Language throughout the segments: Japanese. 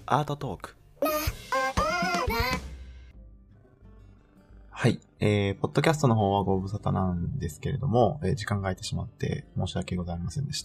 アートトーク。はい。ポッドキャストの方はご無沙汰なんですけれども、時間が空いてしまって申し訳ございませんでした。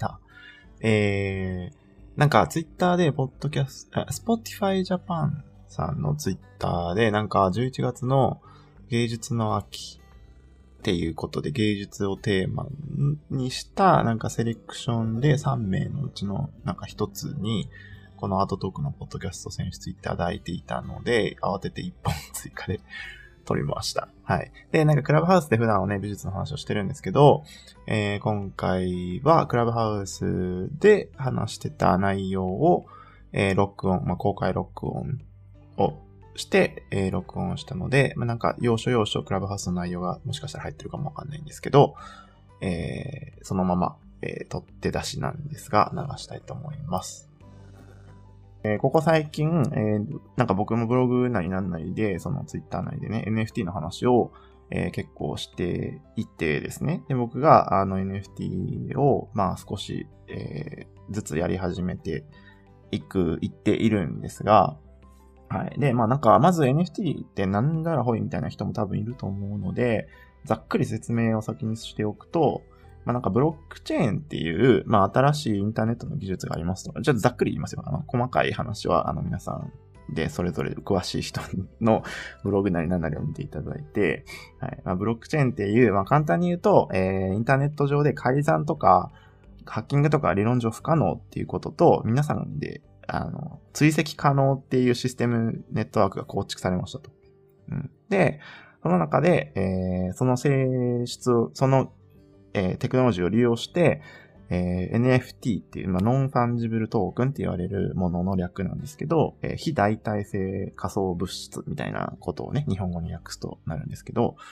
なんかツイッターでSpotify Japan さんのツイッターでなんか11月の芸術の秋っていうことで芸術をテーマにしたなんかセレクションで3名のうちのなんか1つにこのアートトークのポッドキャスト選出いただいていたので慌てて1本追加で撮りました。はい。で、なんかクラブハウスで普段はね、美術の話をしてるんですけど、今回はクラブハウスで話してた内容を、録音、公開録音をして、録音したので、なんか要所要所クラブハウスの内容がもしかしたら入ってるかもわかんないんですけど、そのまま、取って出しなんですが、流したいと思います。ここ最近、なんか僕もブログなりなんなりで、そのツイッターなりでね、NFT の話を、結構していてですね。で、僕がNFT を、少し、ずつやり始めていっているんですが、はい。で、なんか、まず NFT ってなんだらほいみたいな人も多分いると思うので、ざっくり説明を先にしておくと、なんかブロックチェーンっていう、新しいインターネットの技術がありますと。ちょっとざっくり言いますよ。細かい話は、皆さんでそれぞれ詳しい人のブログなり何なりを見ていただいて、はい。ブロックチェーンっていう、簡単に言うと、インターネット上で改ざんとか、ハッキングとか理論上不可能っていうことと、皆さんで、追跡可能っていうシステムネットワークが構築されましたと。で、その中で、その性質を、テクノロジーを利用して、NFT っていう、ノンファンジブルトークンって言われるものの略なんですけど、非代替性仮想物質みたいなことをね、日本語に訳すとなるんですけど、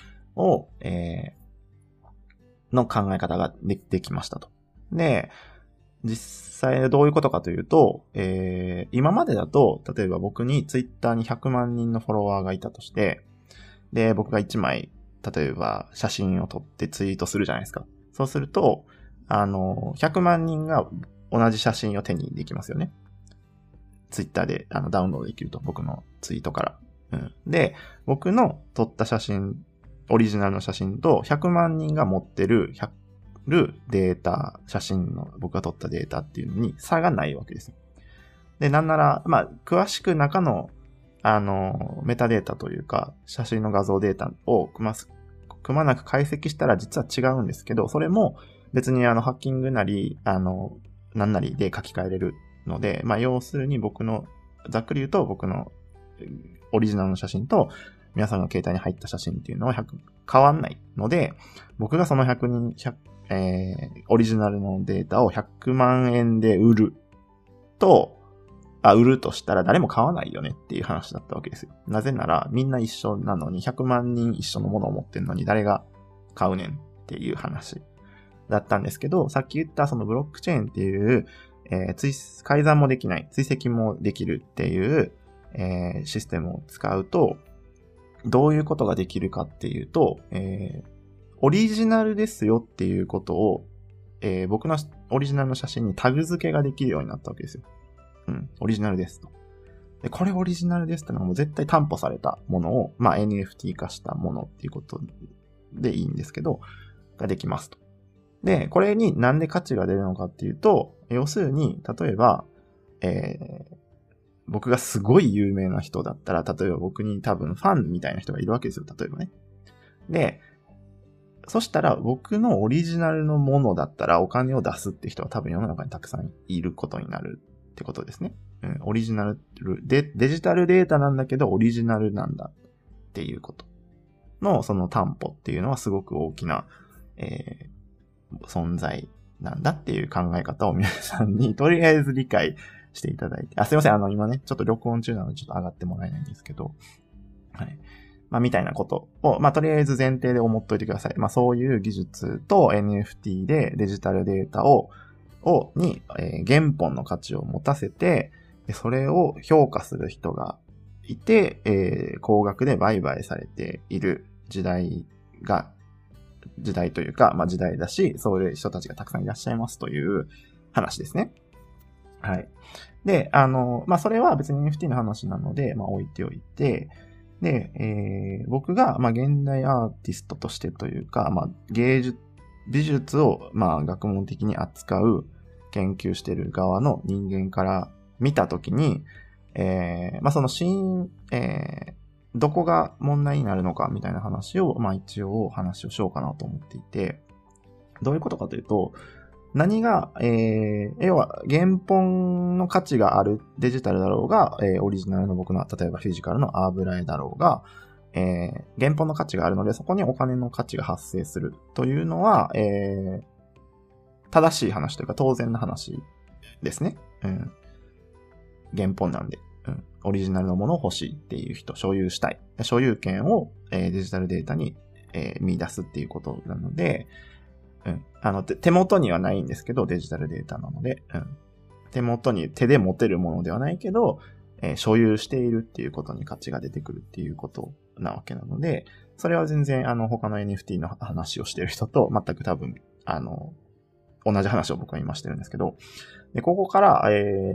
の考え方ができましたと。で、実際どういうことかというと、今までだと、例えば僕にツイッターに100万人のフォロワーがいたとして、で、僕が1枚、例えば写真を撮ってツイートするじゃないですか。そうすると、100万人が同じ写真を手にできますよね。ツイッターでダウンロードできると、僕のツイートから。で、僕の撮った写真、オリジナルの写真と100万人が持ってるデータ、写真の僕が撮ったデータっていうのに差がないわけです。で、なんなら、詳しく中のメタデータというか、写真の画像データをくまなく解析したら実は違うんですけど、それも別にハッキングなり、なんなりで書き換えれるので、要するにざっくり言うと僕のオリジナルの写真と皆さんの携帯に入った写真っていうのは変わんないので、僕がそのオリジナルのデータを100万円で売るとしたら誰も買わないよねっていう話だったわけですよ。なぜならみんな一緒なのに100万人一緒のものを持ってんのに誰が買うねんっていう話だったんですけど、さっき言ったそのブロックチェーンっていう、改ざんもできない、追跡もできるっていう、システムを使うと、どういうことができるかっていうと、オリジナルですよっていうことを、僕のオリジナルの写真にタグ付けができるようになったわけですよ。オリジナルですと。で、これオリジナルですってのはもう絶対担保されたものを、NFT 化したものっていうことでいいんですけど、ができますと。で、これになんで価値が出るのかっていうと、要するに、例えば、僕がすごい有名な人だったら、例えば僕に多分ファンみたいな人がいるわけですよ、例えばね。で、そしたら僕のオリジナルのものだったらお金を出すって人は多分世の中にたくさんいることになるってことですね。オリジナルで、デジタルデータなんだけどオリジナルなんだっていうことのその担保っていうのはすごく大きな、存在なんだっていう考え方を皆さんにとりあえず理解していただいて。すいません。今ね、ちょっと録音中なのでちょっと上がってもらえないんですけど。はい。みたいなことを、とりあえず前提で思っといてください。そういう技術と NFT でデジタルデータに、原本の価値を持たせて、それを評価する人がいて、高額で売買されている時代というか、時代だし、そういう人たちがたくさんいらっしゃいますという話ですね。 はい。で、それは別に NFT の話なので、置いておいて、で、僕が、現代アーティストとしてというか、美術を、学問的に扱う、研究している側の人間から見たときに、そのどこが問題になるのかみたいな話を、一応話をしようかなと思っていて、どういうことかというと、何が、要は原本の価値があるデジタルだろうが、オリジナルの僕の例えばフィジカルの油絵だろうが、原本の価値があるのでそこにお金の価値が発生するというのは、正しい話というか当然な話ですね。原本なんで、オリジナルのものを欲しいっていう人、所有したい。所有権を、デジタルデータに、見出すっていうことなので、手元にはないんですけど、デジタルデータなので、手元に手で持てるものではないけど、所有しているっていうことに価値が出てくるっていうことなわけなので、それは全然他の NFT の話をしている人と全く多分、同じ話を僕は今してるんですけど、で、ここから、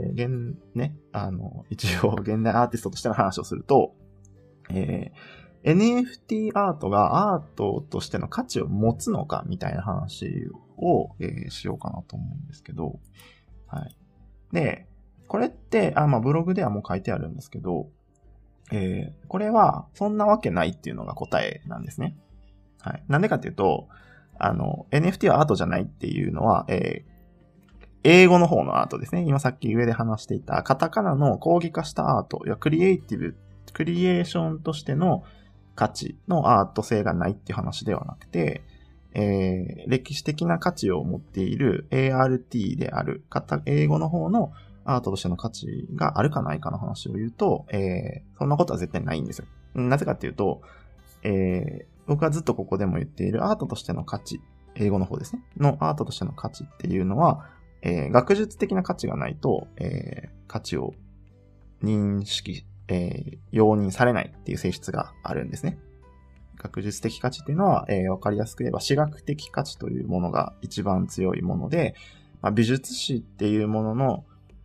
一応現代アーティストとしての話をすると、NFT アートがアートとしての価値を持つのかみたいな話を、しようかなと思うんですけど、はい。で、これって、ブログではもう書いてあるんですけど、これはそんなわけないっていうのが答えなんですね。はい。なんでかっていうと、NFT はアートじゃないっていうのは、英語の方のアートですね。今さっき上で話していたカタカナの講義化したアートやクリエーションとしての価値のアート性がないっていう話ではなくて、歴史的な価値を持っている ART である英語の方のアートとしての価値があるかないかの話を言うと、そんなことは絶対ないんですよ。なぜかっていうと、僕はずっとここでも言っているアートとしての価値、英語の方ですね、のアートとしての価値っていうのは、学術的な価値がないと、価値を認識、容認されないっていう性質があるんですね。学術的価値っていうのは、わかりやすく言えば、史学的価値というものが一番強いもので、美術史っていうものの、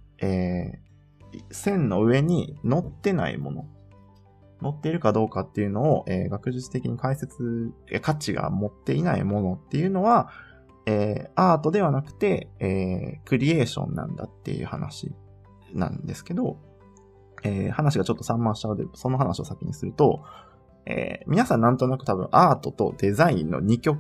線の上に乗ってないもの、乗っているかどうかっていうのを、学術的に価値が持っていないものっていうのは、アートではなくて、クリエーションなんだっていう話なんですけど、話がちょっと散漫しちゃうので、その話を先にすると、皆さんなんとなく多分アートとデザインの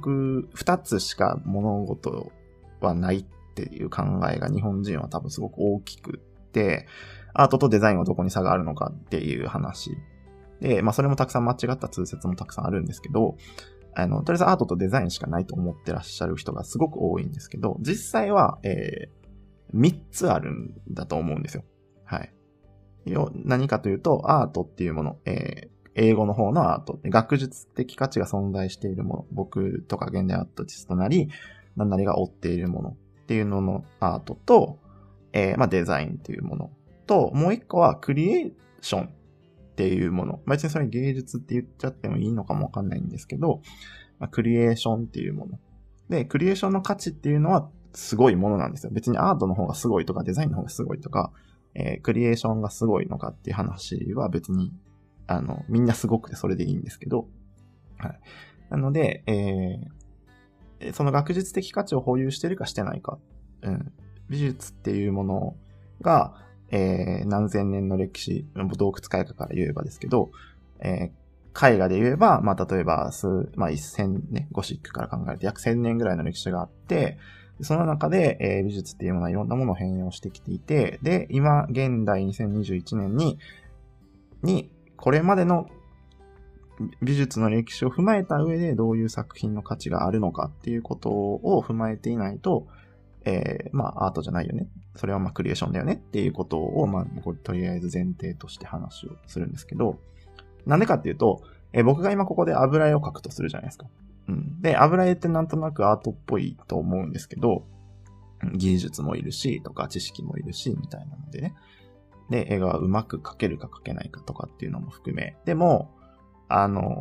2つしか物事はないっていう考えが日本人は多分すごく大きくって、アートとデザインはどこに差があるのかっていう話。で、それもたくさん間違った通説もたくさんあるんですけど、とりあえずアートとデザインしかないと思ってらっしゃる人がすごく多いんですけど、実際は、3つあるんだと思うんですよ。はい。何かというと、アートっていうもの、英語の方のアート、学術的価値が存在しているもの、僕とか現代アーティストなり、何なりが追っているものっていうののアートと、デザインっていうものと、もう一個はクリエーションっていうもの。別にそれ芸術って言っちゃってもいいのかもわかんないんですけど、クリエーションっていうもの。で、クリエーションの価値っていうのはすごいものなんですよ。別にアートの方がすごいとかデザインの方がすごいとか、クリエーションがすごいのかっていう話は別に、みんなすごくてそれでいいんですけど、はい。なので、その学術的価値を保有してるかしてないか、美術っていうものが、何千年の歴史、洞窟絵画から言えばですけど、絵画で言えば、例えば1000ね、ゴシックから考えると約1000年ぐらいの歴史があって、その中で、美術っていうものはいろんなものを変容してきていて、で、今、現代2021年に、これまでの美術の歴史を踏まえた上でどういう作品の価値があるのかっていうことを踏まえていないと、アートじゃないよね。それはクリエーションだよねっていうことを、とりあえず前提として話をするんですけど、なんでかっていうと、僕が今ここで油絵を描くとするじゃないですか。で、油絵ってなんとなくアートっぽいと思うんですけど、技術もいるし、とか知識もいるし、みたいなのでね。で、絵がうまく描けるか描けないかとかっていうのも含め。でも、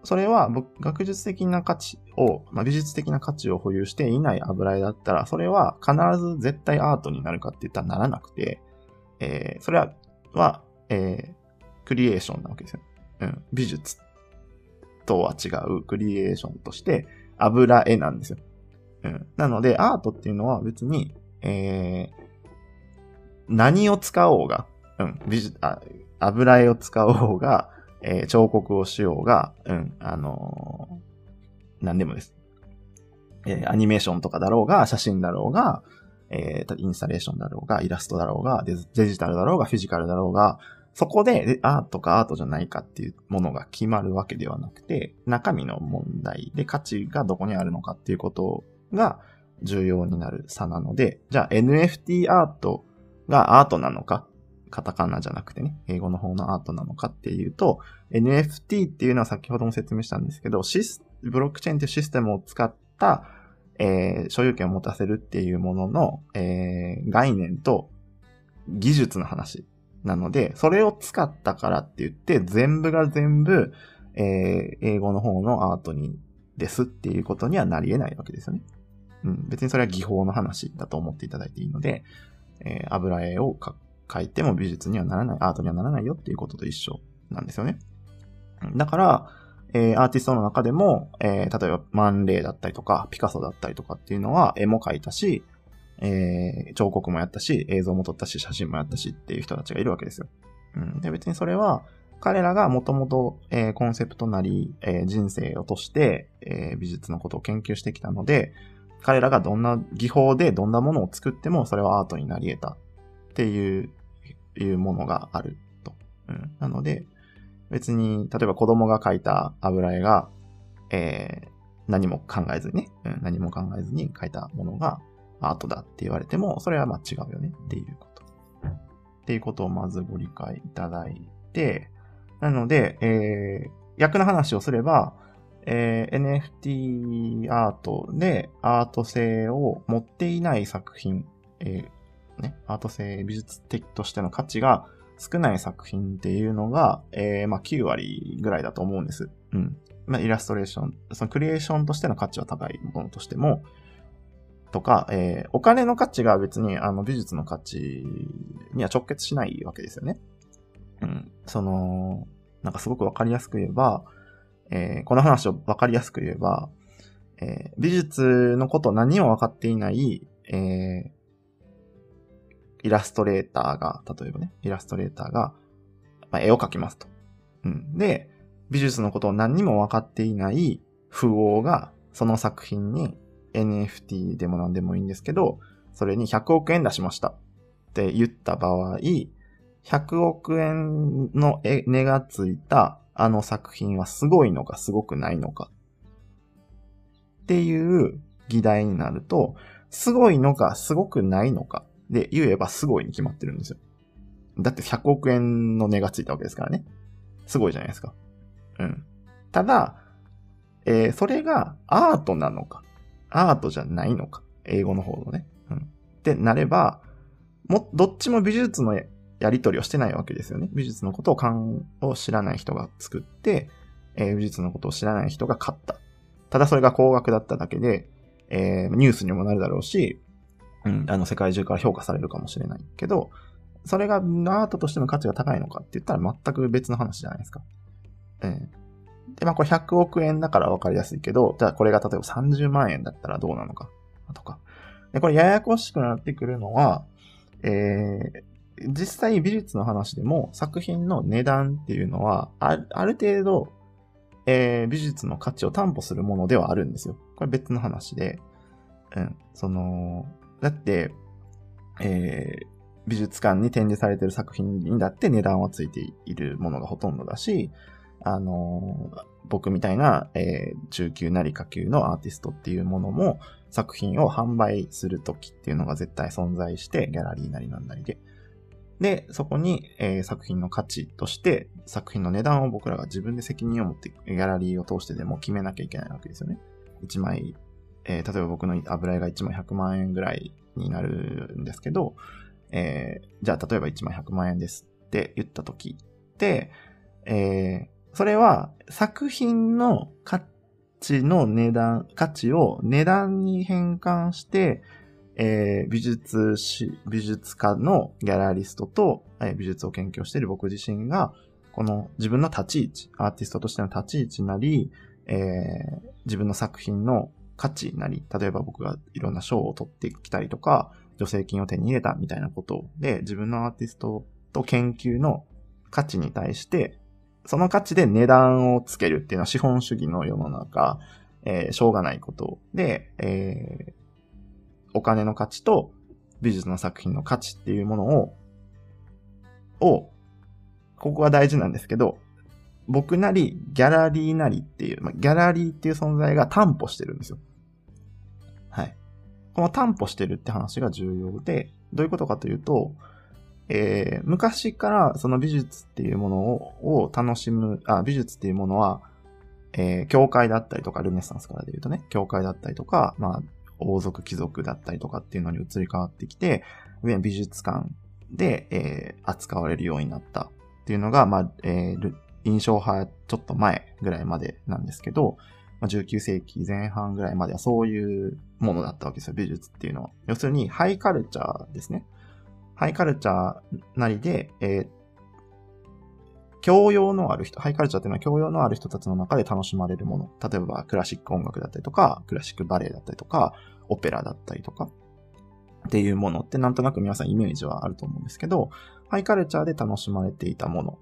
それは学術的な価値を、美術的な価値を保有していない油絵だったら、それは必ず絶対アートになるかって言ったらならなくて、それは、クリエーションなわけですよ。美術とは違うクリエーションとして油絵なんですよ。なので、アートっていうのは別に、何を使おうが、油絵を使おうが、彫刻をしようが、何でもです。アニメーションとかだろうが、写真だろうが、インスタレーションだろうが、イラストだろうが、デジタルだろうが、フィジカルだろうが、そこでアートかアートじゃないかっていうものが決まるわけではなくて、中身の問題で価値がどこにあるのかっていうことが重要になる差なので、じゃあ NFT アートがアートなのか、カタカナじゃなくてね、英語の方のアートなのかっていうと、NFT っていうのは先ほども説明したんですけど、ブロックチェーンというシステムを使った、所有権を持たせるっていうものの、概念と技術の話なので、それを使ったからって言って、全部が全部、英語の方のアートですっていうことにはなり得ないわけですよね。別にそれは技法の話だと思っていただいていいので、油絵を描いても美術にはならない、アートにはならないよっていうことと一緒なんですよね。だから、アーティストの中でも、例えばマンレイだったりとか、ピカソだったりとかっていうのは絵も描いたし、彫刻もやったし、映像も撮ったし、写真もやったしっていう人たちがいるわけですよ。で、別にそれは、彼らがもともとコンセプトなり、人生を通して、美術のことを研究してきたので、彼らがどんな技法でどんなものを作ってもそれはアートになり得たっていうものがあると。なので、別に、例えば子供が描いた油絵が、何も考えずにね、何も考えずに描いたものがアートだって言われても、それは違うよねっていうこと。っていうことをまずご理解いただいて、なので、逆の話をすれば、NFT アートでアート性を持っていない作品、アート性、美術的としての価値が少ない作品っていうのが、9割ぐらいだと思うんです。イラストレーション、そのクリエーションとしての価値は高いものとしても、とか、お金の価値が別に美術の価値には直結しないわけですよね。なんかすごくわかりやすく言えば、この話をわかりやすく言えば、美術のこと何もわかっていない、イラストレーターが、例えばね、絵を描きますと。で、美術のことを何にもわかっていない富豪が、その作品に NFT でも何でもいいんですけど、それに100億円出しましたって言った場合、100億円の値がついたあの作品はすごいのかすごくないのかっていう議題になると、すごいのかすごくないのかで言えばすごいに決まってるんですよ。だって100億円の値がついたわけですからね。すごいじゃないですか。ただ、それがアートなのか、アートじゃないのか、英語の方のね。ってなれば、どっちも美術のやり取りをしてないわけですよね。美術のことを知らない人が作って、美術のことを知らない人が買った。ただそれが高額だっただけで、ニュースにもなるだろうし、世界中から評価されるかもしれないけど、それがアートとしての価値が高いのかって言ったら全く別の話じゃないですか。で、これ100億円だから分かりやすいけど、じゃあこれが例えば30万円だったらどうなのか、とか。で、これややこしくなってくるのは、実際美術の話でも作品の値段っていうのは、ある程度、美術の価値を担保するものではあるんですよ。これ別の話で。だって、美術館に展示されている作品にだって値段はついているものがほとんどだし、僕みたいな、中級なり下級のアーティストっていうものも作品を販売するときっていうのが絶対存在して、ギャラリーなりなんなりで。で、そこに、作品の価値として作品の値段を僕らが自分で責任を持ってギャラリーを通してでも決めなきゃいけないわけですよね。1枚、例えば僕の油絵が1枚100万円ぐらいになるんですけど、じゃあ例えば1枚100万円ですって言ったときって、 それは作品の価値を値段に変換して、美術家のギャラリストと、美術を研究している僕自身が、この自分の立ち位置、アーティストとしての立ち位置なり、自分の作品の価値なり、例えば僕がいろんな賞を取ってきたりとか、助成金を手に入れたみたいなことで、自分のアーティストと研究の価値に対して、その価値で値段をつけるっていうのは資本主義の世の中、しょうがないことで、お金の価値と美術の作品の価値っていうものを、ここが大事なんですけど、僕なりギャラリーなりっていう、ギャラリーっていう存在が担保してるんですよ。はい。この担保してるって話が重要で、どういうことかというと、昔からその美術っていうものを楽しむ、美術っていうものは、教会だったりとか、ルネサンスからで言うとね、教会だったりとか、王族貴族だったりとかっていうのに移り変わってきて、美術館で、扱われるようになったっていうのが、印象派ちょっと前ぐらいまでなんですけど、19世紀前半ぐらいまではそういうものだったわけですよ、美術っていうのは。要するに、ハイカルチャーですね。ハイカルチャーなりで、教養のある人、ハイカルチャーっていうのは教養のある人たちの中で楽しまれるもの。例えばクラシック音楽だったりとか、クラシックバレエだったりとか、オペラだったりとかっていうものってなんとなく皆さんイメージはあると思うんですけど、ハイカルチャーで楽しまれていたもの、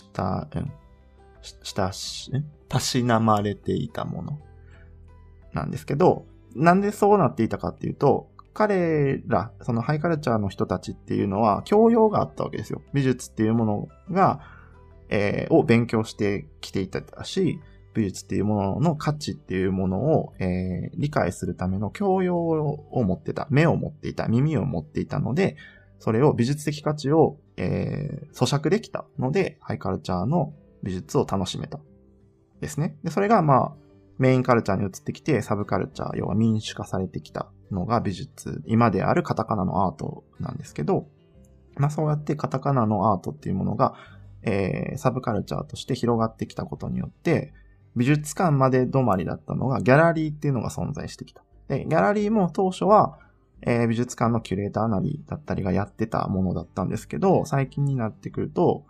たしなまれていたものなんですけど、なんでそうなっていたかっていうと、彼ら、そのハイカルチャーの人たちっていうのは教養があったわけですよ。美術っていうものが、を勉強してきていたし、美術っていうものの価値っていうものを、理解するための教養を持ってた、目を持っていた、耳を持っていたので、それを美術的価値を、咀嚼できたので、ハイカルチャーの美術を楽しめた。ですね。で、それがメインカルチャーに移ってきて、サブカルチャー、要は民主化されてきたのが美術、今であるカタカナのアートなんですけど、そうやってカタカナのアートっていうものが、サブカルチャーとして広がってきたことによって、美術館まで止まりだったのがギャラリーっていうのが存在してきた。で、ギャラリーも当初は、美術館のキュレーターなりだったりがやってたものだったんですけど、最近になってくると、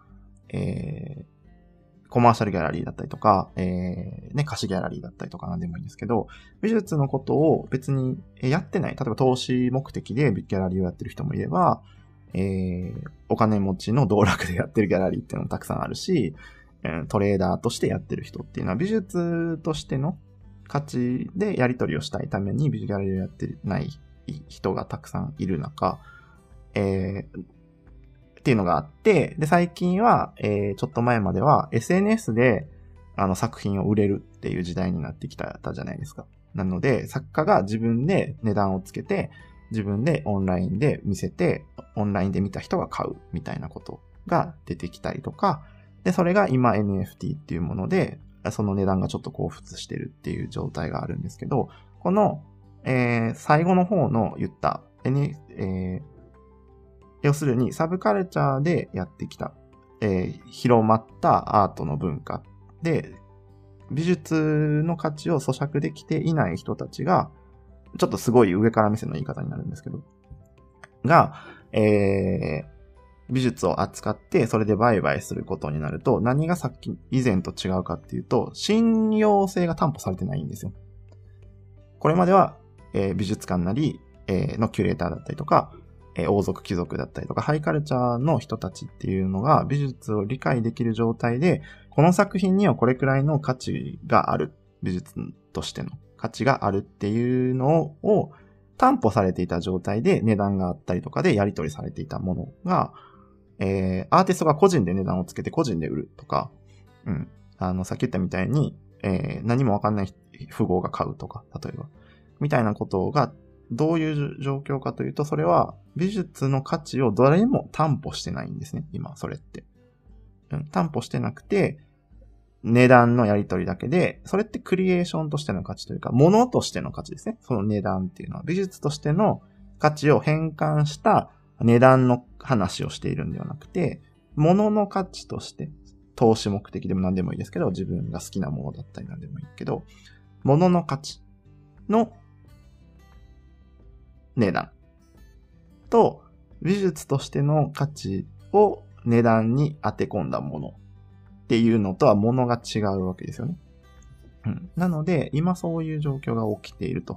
コマーシャルギャラリーだったりとか、貸しギャラリーだったりとかなんでもいいんですけど、美術のことを別にやってない。例えば投資目的でギャラリーをやってる人もいれば、お金持ちの道楽でやってるギャラリーっていうのもたくさんあるし、トレーダーとしてやってる人っていうのは美術としての価値でやり取りをしたいためにギャラリーをやってない人がたくさんいる中、っていうのがあって、で、最近は、ちょっと前までは SNS で作品を売れるっていう時代になってきたじゃないですか。なので、作家が自分で値段をつけて、自分でオンラインで見せて、オンラインで見た人が買うみたいなことが出てきたりとか、で、それが今 NFT っていうもので、その値段がちょっと高騰してるっていう状態があるんですけど、この、最後の方の言った、要するにサブカルチャーでやってきた、広まったアートの文化で、美術の価値を咀嚼できていない人たちが、ちょっとすごい上から目線の言い方になるんですけど、が、美術を扱ってそれで売買することになると、何がさっき以前と違うかっていうと、信用性が担保されてないんですよ。これまでは、美術館なり、のキュレーターだったりとか、王族貴族だったりとか、ハイカルチャーの人たちっていうのが美術を理解できる状態で、この作品にはこれくらいの価値がある。美術としての価値があるっていうのを担保されていた状態で値段があったりとかでやり取りされていたものが、アーティストが個人で値段をつけて個人で売るとか、さっき言ったみたいに、何もわかんない富豪が買うとか、例えば、みたいなことがどういう状況かというと、それは美術の価値を誰も担保してないんですね、今、それって。担保してなくて、値段のやり取りだけで、それってクリエーションとしての価値というか、物としての価値ですね。その値段っていうのは、美術としての価値を変換した値段の話をしているんではなくて、物の価値として、 投資目的でも何でもいいですけど、自分が好きなものだったり何でもいいけど、物の価値の値段と美術としての価値を値段に当て込んだものっていうのとは物が違うわけですよね。なので、今そういう状況が起きていると。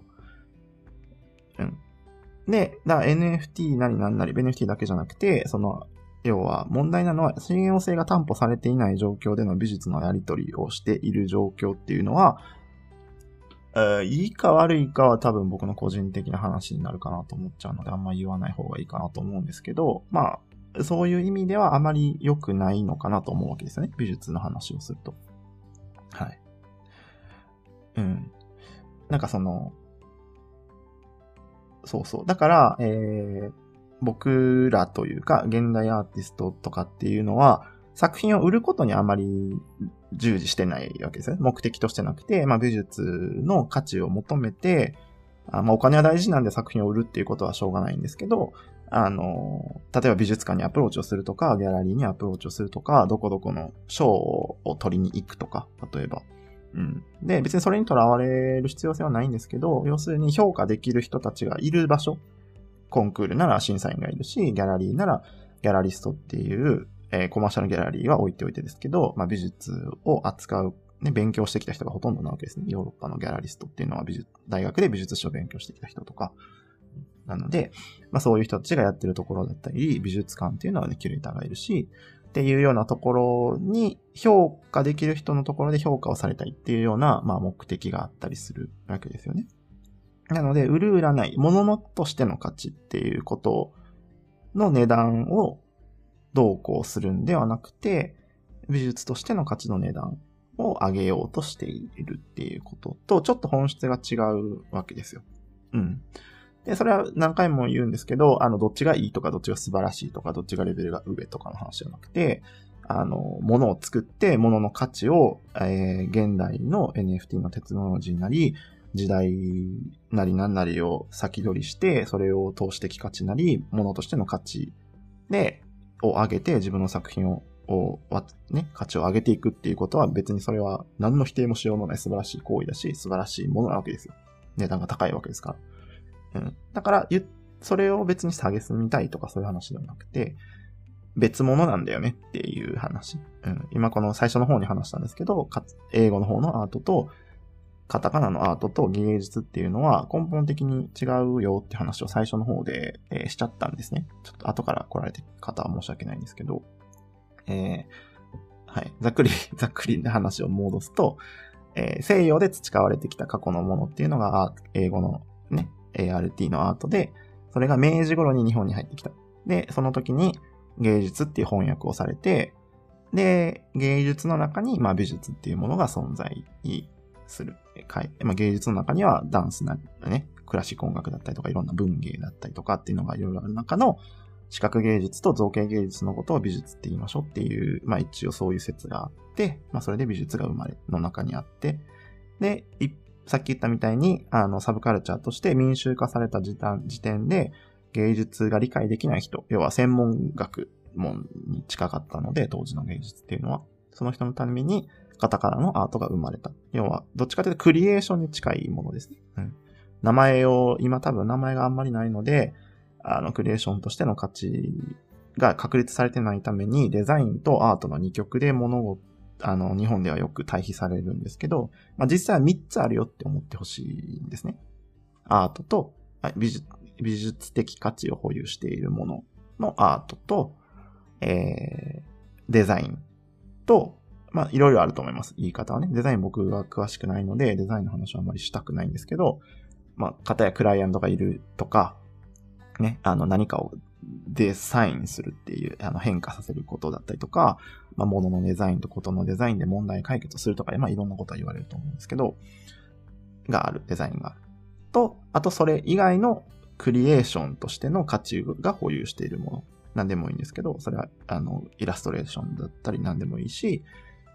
で、だから NFT なりなんなり、NFT だけじゃなくて、要は問題なのは信用性が担保されていない状況での美術のやり取りをしている状況っていうのは、いいか悪いかは多分僕の個人的な話になるかなと思っちゃうので、あんま言わない方がいいかなと思うんですけど、まあ、そういう意味ではあまり良くないのかなと思うわけですよね。美術の話をすると。はい。なんかそうそう。だから、僕らというか、現代アーティストとかっていうのは、作品を売ることにあまり従事してないわけですね。目的としてなくて、まあ美術の価値を求めて、まあお金は大事なんで作品を売るっていうことはしょうがないんですけど、例えば美術館にアプローチをするとか、ギャラリーにアプローチをするとか、どこどこの賞を取りに行くとか、例えば。で、別にそれにとらわれる必要性はないんですけど、要するに評価できる人たちがいる場所、コンクールなら審査員がいるし、ギャラリーならギャラリストっていう、コマーシャルギャラリーは置いておいてですけど、まあ美術を扱う、ね、勉強してきた人がほとんどなわけですね。ヨーロッパのギャラリストっていうのは大学で美術史を勉強してきた人とか。なので、まあそういう人たちがやってるところだったり、美術館っていうのはね、キュレーターがいるし、っていうようなところに評価できる人のところで評価をされたいっていうような、まあ目的があったりするわけですよね。なので、売る売らない、物としての価値っていうことの値段をどうこうするんではなくて、美術としての価値の値段を上げようとしているっていうことと、ちょっと本質が違うわけですよ。で、それは何回も言うんですけど、どっちがいいとか、どっちが素晴らしいとか、どっちがレベルが上とかの話じゃなくて、物を作って、物の価値を、現代の NFT のテクノロジーなり、時代なり何なりを先取りして、それを投資的価値なり、物としての価値を上げて、自分の作品を価値を上げていくっていうことは別にそれは何の否定もしようのない素晴らしい行為だし、素晴らしいものなわけですよ。値段が高いわけですから。だから、それを別に下げすみたいとかそういう話ではなくて、別物なんだよねっていう話。今この最初の方に話したんですけど、英語の方のアートと、カタカナのアートと芸術っていうのは根本的に違うよって話を最初の方で、しちゃったんですね。ちょっと後から来られてる方は申し訳ないんですけど、はい。ざっくりな話を戻すと、西洋で培われてきた過去のものっていうのが英語のね、ART のアートで、それが明治頃に日本に入ってきた。で、その時に芸術っていう翻訳をされて、で、芸術の中に、まあ美術っていうものが存在する。まあ芸術の中にはダンスなりね、クラシック音楽だったりとかいろんな文芸だったりとかっていうのがいろいろある中の視覚芸術と造形芸術のことを美術って言いましょうっていう、まあ一応そういう説があって、まあそれで美術がの中にあって、で、さっき言ったみたいに、サブカルチャーとして民衆化された時点で、芸術が理解できない人、要は専門学問に近かったので、当時の芸術っていうのは、その人のために、カタカナのアートが生まれた。要は、どっちかというとクリエーションに近いものですね。今多分名前があんまりないので、クリエーションとしての価値が確立されてないために、デザインとアートの2極で物事、日本ではよく対比されるんですけど、まあ、実際は3つあるよって思ってほしいんですね。アートと、美術的価値を保有しているもののアートと、デザインと、まあ、いろいろあると思います。言い方はね。デザイン僕は詳しくないので、デザインの話はあまりしたくないんですけど、まあ、方やクライアントがいるとか、ね、何かをデザインするっていう、変化させることだったりとか、まあ、物のデザインとことのデザインで問題解決するとか、まあ、いろんなことは言われると思うんですけど、がある、デザインがある。と、あとそれ以外のクリエーションとしての価値が保有しているもの。何でもいいんですけど、それは、イラストレーションだったり何でもいいし、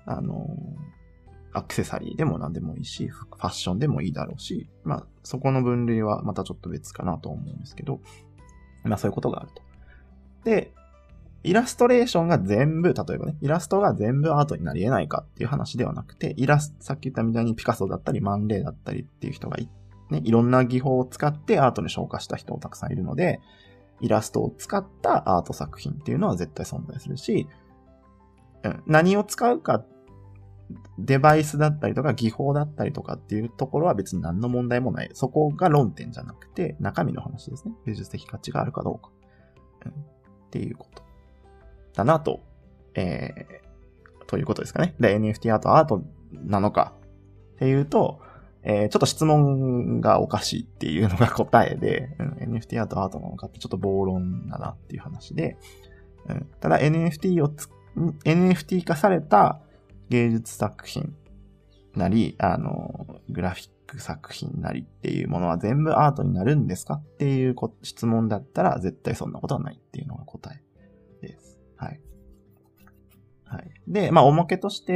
アクセサリーでも何でもいいし、ファッションでもいいだろうし、まあ、そこの分類はまたちょっと別かなと思うんですけど、まあそういうことがあると。で、 イラストレーションが全部、例えばね、イラストが全部アートになり得ないかっていう話ではなくて、さっき言ったみたいにピカソだったりマンレイだったりっていう人がいろんな技法を使ってアートに昇華した人もたくさんいるので、イラストを使ったアート作品っていうのは絶対存在するし、何を使うか、デバイスだったりとか技法だったりとかっていうところは別に何の問題もない。そこが論点じゃなくて、中身の話ですね。芸術的価値があるかどうか。っていうことだなと、ということですかね。で、NFT アートなのかっていうと、ちょっと質問がおかしいっていうのが答えで、NFT アートなのかってちょっと暴論だなっていう話で、ただ NFT 化された芸術作品なり、グラフィック作品なりっていうものは全部アートになるんですかっていう質問だったら絶対そんなことはないっていうのが答えです。はい。はい。で、おまけとして、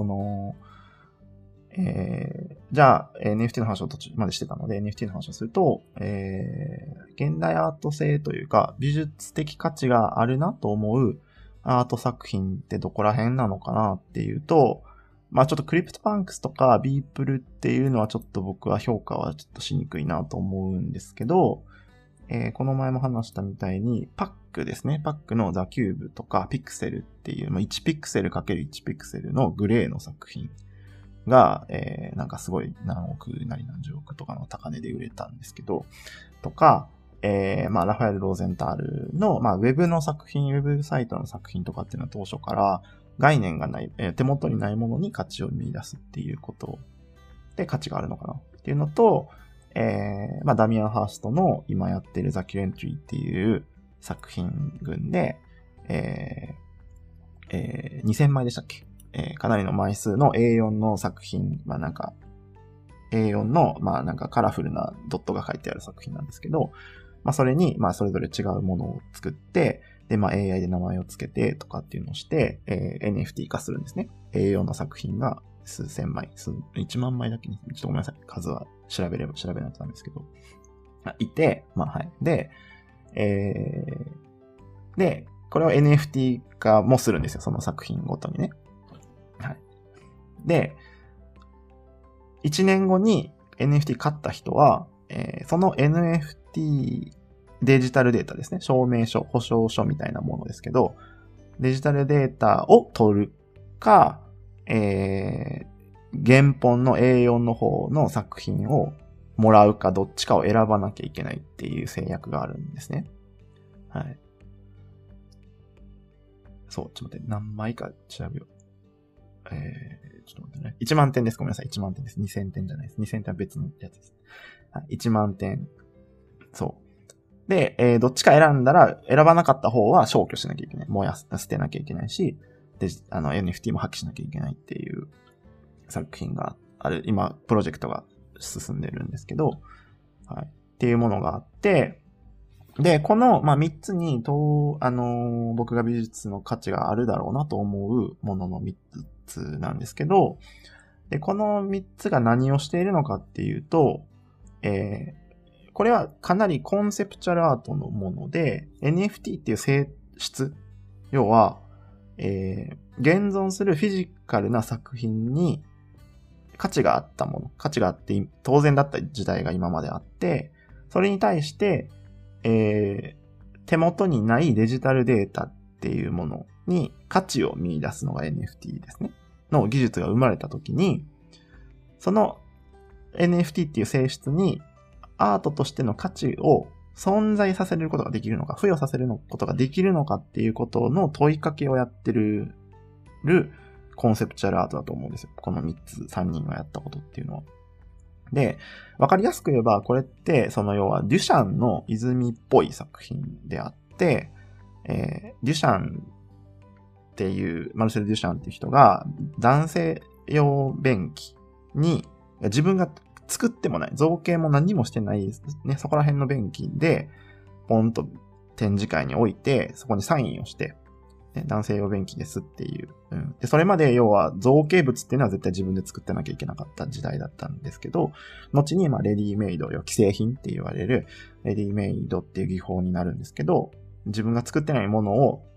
じゃあ NFT の話を途中までしてたので NFT の話をすると、現代アート性というか美術的価値があるなと思うアート作品ってどこら辺なのかなっていうと、ちょっとクリプトパンクスとかビープルっていうのはちょっと僕は評価はちょっとしにくいなと思うんですけど、この前も話したみたいにパックですね。パックのザキューブとかピクセルっていう1ピクセル ×1 ピクセルのグレーの作品が、すごい何億なり何十億とかの高値で売れたんですけど、とか、ラファエル・ローゼンタールの、ウェブの作品、ウェブサイトの作品とかっていうのは当初から概念がない、手元にないものに価値を見出すっていうことで価値があるのかなっていうのと、ダミアン・ハーストの今やってるザ・キュレントリーっていう作品群で、2000枚でしたっけ？かなりの枚数の A4 の作品、A4 の、カラフルなドットが書いてある作品なんですけど、それに、それぞれ違うものを作って、で、AI で名前をつけてとかっていうのをして、NFT 化するんですね。A4 の作品が数千枚、1万枚だけに、ちょっとごめんなさい。数は調べないとダメですけど。いて、はい。で、これを NFT 化もするんですよ。その作品ごとにね。はい。で、1年後に NFT 買った人は、その NFT デジタルデータですね。証明書、保証書みたいなものですけど、デジタルデータを取るか、原本の A4 の方の作品をもらうかどっちかを選ばなきゃいけないっていう制約があるんですね。はい。そう、ちょっと待って、何枚か調べよう。ちょっと待ってね。1万点です。ごめんなさい。1万点です。2000点じゃないです。2000点は別のやつです。はい、1万点。そう。で、どっちか選んだら、選ばなかった方は消去しなきゃいけない。捨てなきゃいけないし、で、NFT も破棄しなきゃいけないっていう作品がある。今、プロジェクトが進んでるんですけど、はい。っていうものがあって、で、この、3つに、僕が美術の価値があるだろうなと思うものの3つなんですけど、で、この3つが何をしているのかっていうと、これはかなりコンセプチュアルアートのもので、NFT っていう性質、要は、現存するフィジカルな作品に価値があったもの、価値があって当然だった時代が今まであって、それに対して、手元にないデジタルデータっていうものに価値を見出すのが NFT ですね。の技術が生まれたときに、その NFT っていう性質にアートとしての価値を存在させることができるのか、付与させることができるのかっていうことの問いかけをやってるコンセプチュアルアートだと思うんですよ。この3つ、3人がやったことっていうのは。で、わかりやすく言えば、これって、要は、デュシャンの泉っぽい作品であって、デュシャンっていう、マルセル・デュシャンっていう人が、男性用便器に、自分が作ってもない、造形も何もしてない、ね、そこら辺の便器で、ポンと展示会に置いて、そこにサインをして、男性用便器ですっていう、で、それまで要は造形物っていうのは絶対自分で作ってなきゃいけなかった時代だったんですけど、後にレディメイド、既製品って言われるレディメイドっていう技法になるんですけど、自分が作ってないものを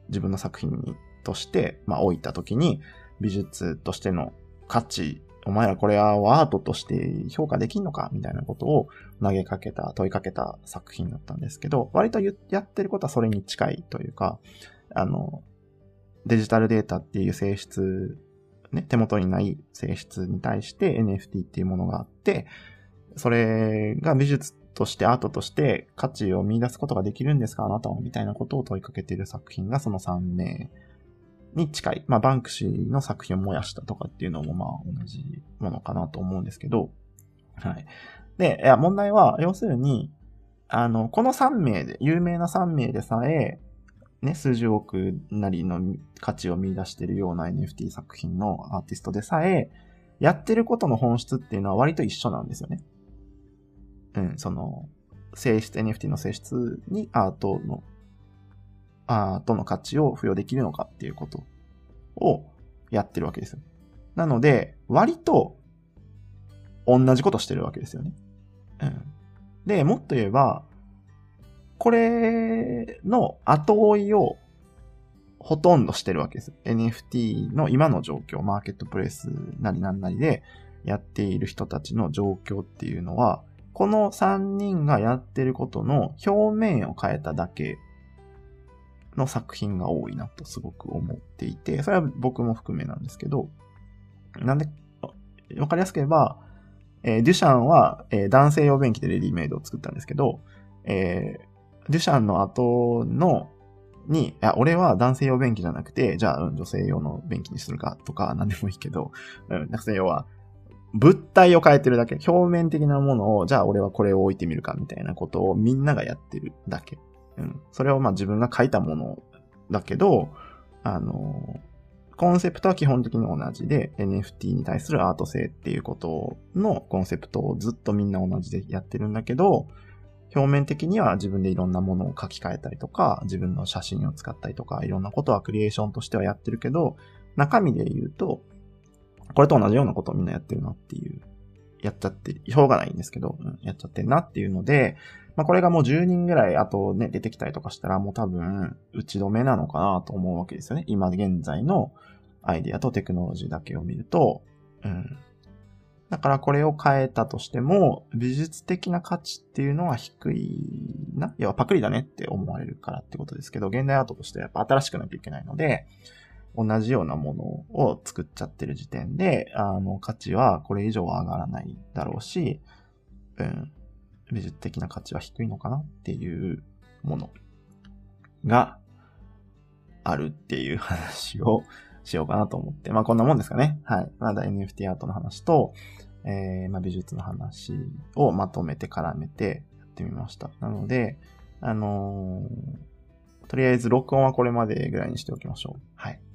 自分の作品として、置いたときに、美術としての価値、お前らこれはアートとして評価できんのかみたいなことを問いかけた作品だったんですけど、割とやってることはそれに近いというか、デジタルデータっていう性質、ね、手元にない性質に対して NFT っていうものがあって、それが美術としてアートとして価値を見出すことができるんですかあなたはみたいなことを問いかけている作品がその3名に近い。バンクシーの作品を燃やしたとかっていうのも同じものかなと思うんですけど、はい。で、問題は、要するに、この3名で、有名な3名でさえ、ね、数十億なりの価値を見出しているような NFT 作品のアーティストでさえ、やってることの本質っていうのは割と一緒なんですよね。その、性質、NFT の性質にアートの価値を付与できるのかっていうことをやってるわけですよ。なので、割と同じことしてるわけですよね。で、もっと言えば、これの後追いをほとんどしてるわけです。NFT の今の状況、マーケットプレイスなりなんなりでやっている人たちの状況っていうのは、この3人がやってることの表面を変えただけの作品が多いなとすごく思っていて、それは僕も含めなんですけど、なんで、わかりやすく言えば、デュシャンは、男性用便器でレディメイドを作ったんですけど、デュシャンの後に、俺は男性用便器じゃなくて、じゃあ、女性用の便器にするかとか、なんでもいいけど、男性用は、物体を変えてるだけ。表面的なものを、じゃあ俺はこれを置いてみるかみたいなことをみんながやってるだけ。それを自分が書いたものだけど、コンセプトは基本的に同じで、NFT に対するアート性っていうことのコンセプトをずっとみんな同じでやってるんだけど、表面的には自分でいろんなものを書き換えたりとか、自分の写真を使ったりとか、いろんなことはクリエーションとしてはやってるけど、中身で言うと、これと同じようなことをみんなやってるなっていう、やっちゃって、しょうがないんですけど、やっちゃってるなっていうので、これがもう10人ぐらい後ね、出てきたりとかしたらもう多分、打ち止めなのかなと思うわけですよね。今現在のアイディアとテクノロジーだけを見ると、だからこれを変えたとしても、美術的な価値っていうのは低いな。要はパクリだねって思われるからってことですけど、現代アートとしてはやっぱ新しくなきゃいけないので、同じようなものを作っちゃってる時点で、価値はこれ以上は上がらないだろうし、美術的な価値は低いのかなっていうものがあるっていう話をしようかなと思って。こんなもんですかね。はい。まだ NFT アートの話と、美術の話をまとめて絡めてやってみました。なので、とりあえず録音はこれまでぐらいにしておきましょう。はい。